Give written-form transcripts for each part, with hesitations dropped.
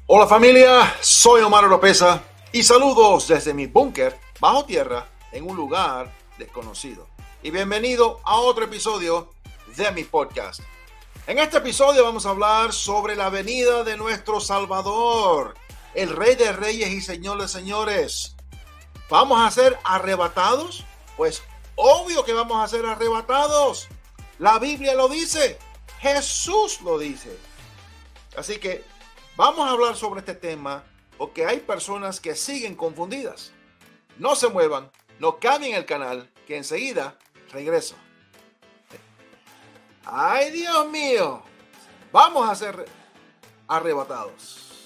Hola familia, soy Omar Oropesa y saludos desde mi búnker bajo tierra en un lugar desconocido. Y bienvenido a otro episodio de mi podcast. En este episodio vamos a hablar sobre la venida de nuestro Salvador, el Rey de Reyes y Señor de Señores. ¿Vamos a ser arrebatados? Pues obvio que vamos a ser arrebatados. La Biblia lo dice, Jesús lo dice. Así que vamos a hablar sobre este tema porque hay personas que siguen confundidas. No se muevan, no cambien el canal, que enseguida regreso. ¡Ay, Dios mío! Vamos a ser arrebatados.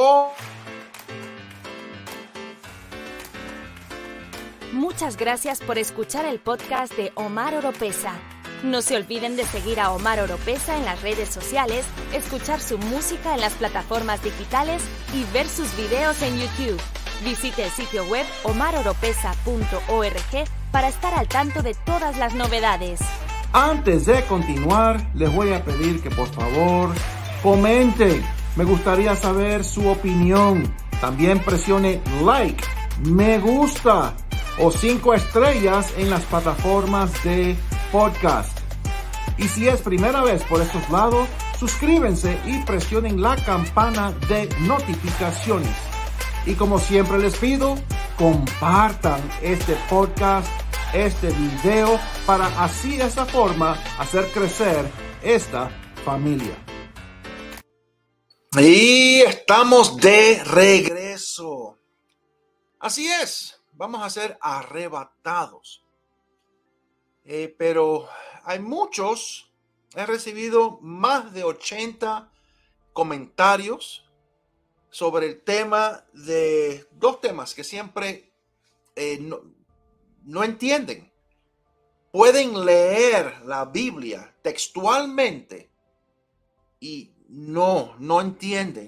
Muchas gracias por escuchar el podcast de Omar Oropesa. No se olviden de seguir a Omar Oropesa en las redes sociales, escuchar su música en las plataformas digitales y ver sus videos en YouTube. Visite el sitio web omaroropesa.org para estar al tanto de todas las novedades. Antes de continuar, les voy a pedir que por favor comenten. Me gustaría saber su opinión. También presione like, me gusta o 5 estrellas en las plataformas de podcast. Y si es primera vez por estos lados, suscríbanse y presionen la campana de notificaciones. Y como siempre les pido, compartan este podcast, este video, para así de esta forma hacer crecer esta familia. Y estamos de regreso. Así es, vamos a ser arrebatados. Pero hay muchos, he recibido más de 80 comentarios sobre el tema de dos temas que siempre no entienden. Pueden leer la Biblia textualmente y no entienden.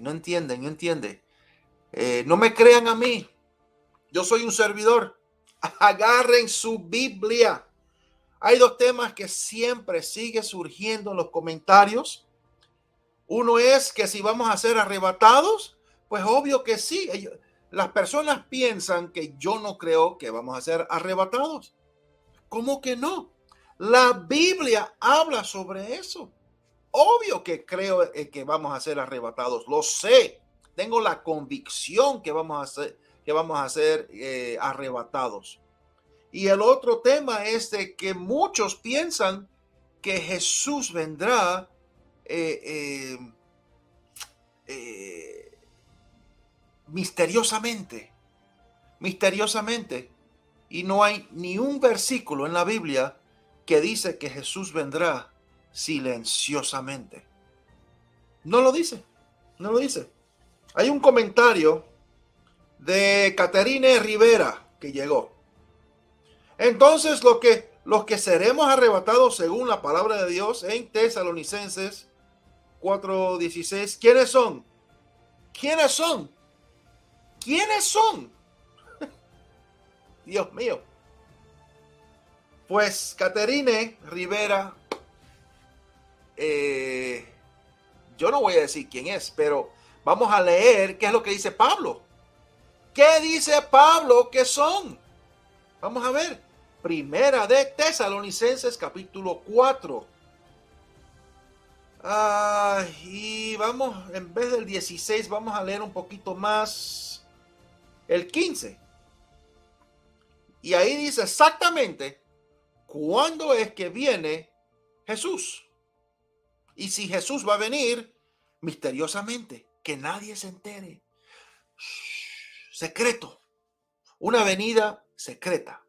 No me crean a mí. Yo soy un servidor. Agarren su Biblia. Hay dos temas que siempre sigue surgiendo en los comentarios. Uno es que si vamos a ser arrebatados, pues obvio que sí. Las personas piensan que yo no creo que vamos a ser arrebatados. ¿Cómo que no? La Biblia habla sobre eso. Obvio que creo que vamos a ser arrebatados. Lo sé. Tengo la convicción que vamos a ser arrebatados. Y el otro tema es de que muchos piensan que Jesús vendrá misteriosamente. Y no hay ni un versículo en la Biblia que dice que Jesús vendrá silenciosamente. No lo dice. Hay un comentario de Caterine Rivera que llegó. Entonces los que seremos arrebatados según la palabra de Dios en Tesalonicenses 4:16, ¿quiénes son? Dios mío. Pues Caterine Rivera, yo no voy a decir quién es, pero vamos a leer qué es lo que dice Pablo. ¿Qué dice Pablo que son? Vamos a ver. Primera de Tesalonicenses capítulo 4. Y vamos, en vez del 16, vamos a leer un poquito más el 15. Y ahí dice exactamente cuándo es que viene Jesús. Y si Jesús va a venir misteriosamente, que nadie se entere. Secreto. Una venida secreta.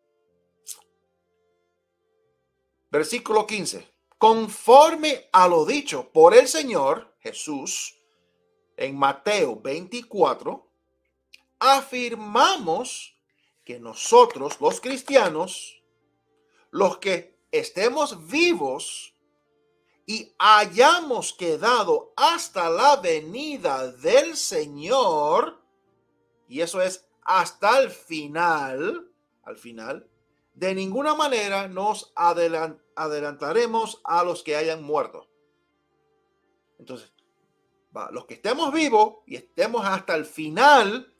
Versículo 15. Conforme a lo dicho por el Señor Jesús en Mateo 24, afirmamos que nosotros, los cristianos, los que estemos vivos y hayamos quedado hasta la venida del Señor, y eso es hasta el final, de ninguna manera nos adelantaremos a los que hayan muerto. Entonces, los que estemos vivos y estemos hasta el final,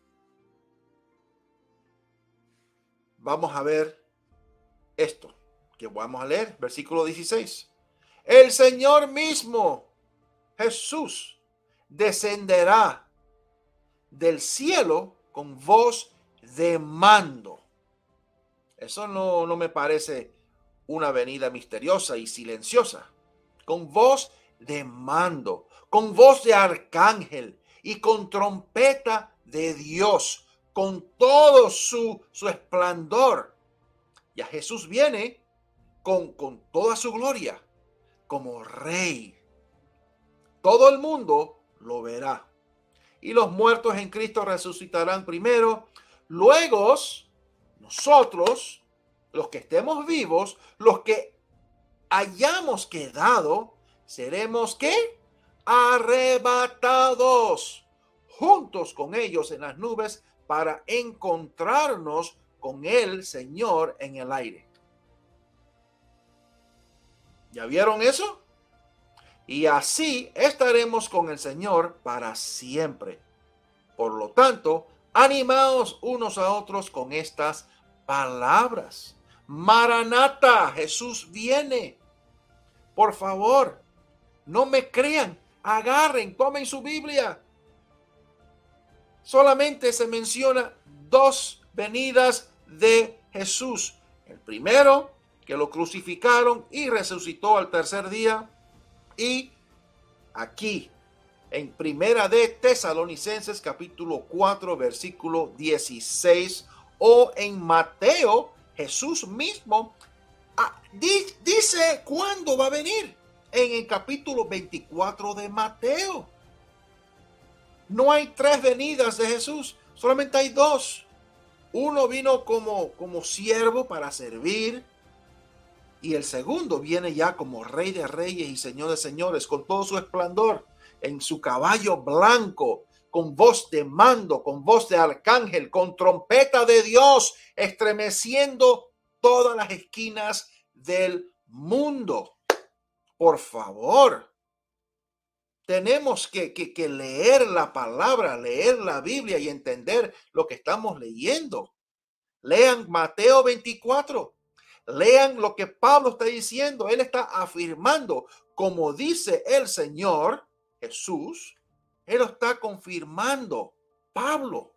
vamos a ver esto que vamos a leer, versículo 16. El Señor mismo, Jesús, descenderá del cielo con voz de mando. Eso no me parece una venida misteriosa y silenciosa. Con voz de mando, con voz de arcángel y con trompeta de Dios, con todo su esplendor. Ya Jesús viene con toda su gloria como rey. Todo el mundo lo verá. Y los muertos en Cristo resucitarán primero. Luego, nosotros, los que estemos vivos, los que hayamos quedado, seremos ¿qué? Arrebatados juntos con ellos en las nubes para encontrarnos con el Señor en el aire. ¿Ya vieron eso? Y así estaremos con el Señor para siempre. Por lo tanto, animaos unos a otros con estas palabras. Maranata, Jesús viene. Por favor, no me crean. Agarren, tomen su Biblia. Solamente se menciona 2 venidas de Jesús. El primero, que lo crucificaron y resucitó al tercer día. Y aquí, en Primera de Tesalonicenses, capítulo 4, versículo 16, o en Mateo, Jesús mismo dice cuándo va a venir. En el capítulo 24 de Mateo. No hay 3 venidas de Jesús, solamente hay 2. Uno vino como siervo para servir. Y el segundo viene ya como Rey de Reyes y Señor de Señores, con todo su esplendor, en su caballo blanco, con voz de mando, con voz de arcángel, con trompeta de Dios, estremeciendo todas las esquinas del mundo. Por favor, tenemos que leer la palabra, leer la Biblia y entender lo que estamos leyendo. Lean Mateo 24. Lean lo que Pablo está diciendo. Él está afirmando, como dice el Señor Jesús, él lo está confirmando. Pablo.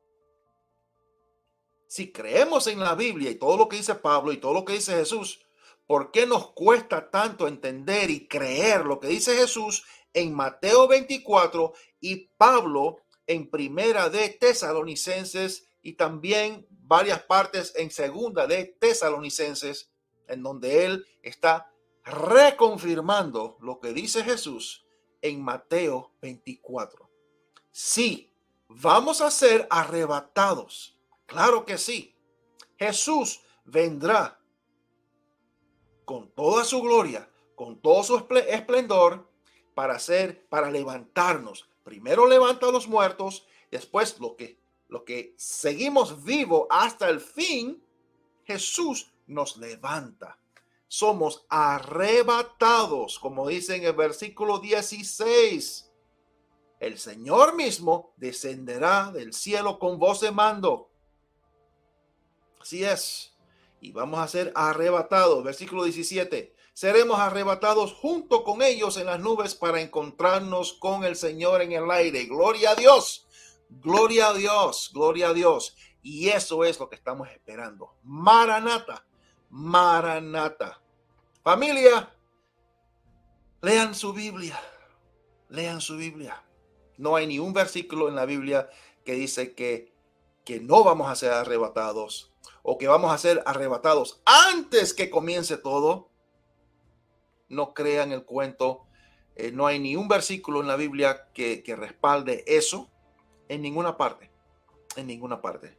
Si creemos en la Biblia y todo lo que dice Pablo y todo lo que dice Jesús, ¿por qué nos cuesta tanto entender y creer lo que dice Jesús en Mateo 24 y Pablo en Primera de Tesalonicenses y también varias partes en Segunda de Tesalonicenses, en donde él está reconfirmando lo que dice Jesús en Mateo 24? Sí, vamos a ser arrebatados. Claro que sí. Jesús vendrá con toda su gloria, con todo su esplendor, para levantarnos. Primero levanta a los muertos, después lo que seguimos vivos hasta el fin, Jesús nos levanta. Somos arrebatados, como dice en el versículo 16. El Señor mismo descenderá del cielo con voz de mando. Así es. Y vamos a ser arrebatados. Versículo 17. Seremos arrebatados junto con ellos en las nubes para encontrarnos con el Señor en el aire. Gloria a Dios. Gloria a Dios. Gloria a Dios. Y eso es lo que estamos esperando. Maranata. Maranata. Familia, lean su Biblia. Lean su Biblia. No hay ni un versículo en la Biblia que dice que no vamos a ser arrebatados o que vamos a ser arrebatados antes que comience todo. No crean el cuento. No hay ni un versículo en la Biblia que respalde eso en ninguna parte. En ninguna parte.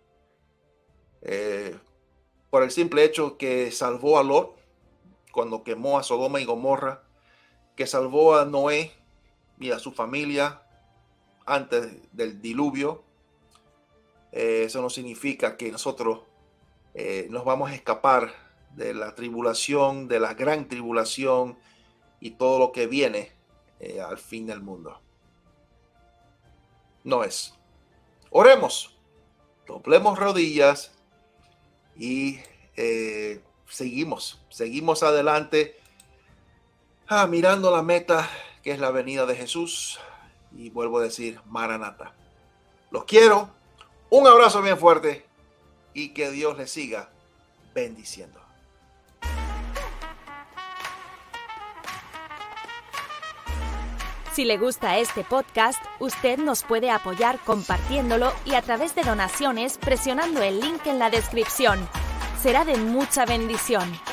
Por el simple hecho que salvó a Lot cuando quemó a Sodoma y Gomorra, que salvó a Noé y a su familia antes del diluvio. Eso no significa que nosotros nos vamos a escapar de la tribulación, de la gran tribulación y todo lo que viene al fin del mundo. no es. Oremos, doblemos rodillas y seguimos adelante, mirando la meta que es la venida de Jesús. Y vuelvo a decir, Maranata. Los quiero, un abrazo bien fuerte y que Dios les siga bendiciendo. Si le gusta este podcast, usted nos puede apoyar compartiéndolo y a través de donaciones presionando el link en la descripción. Será de mucha bendición.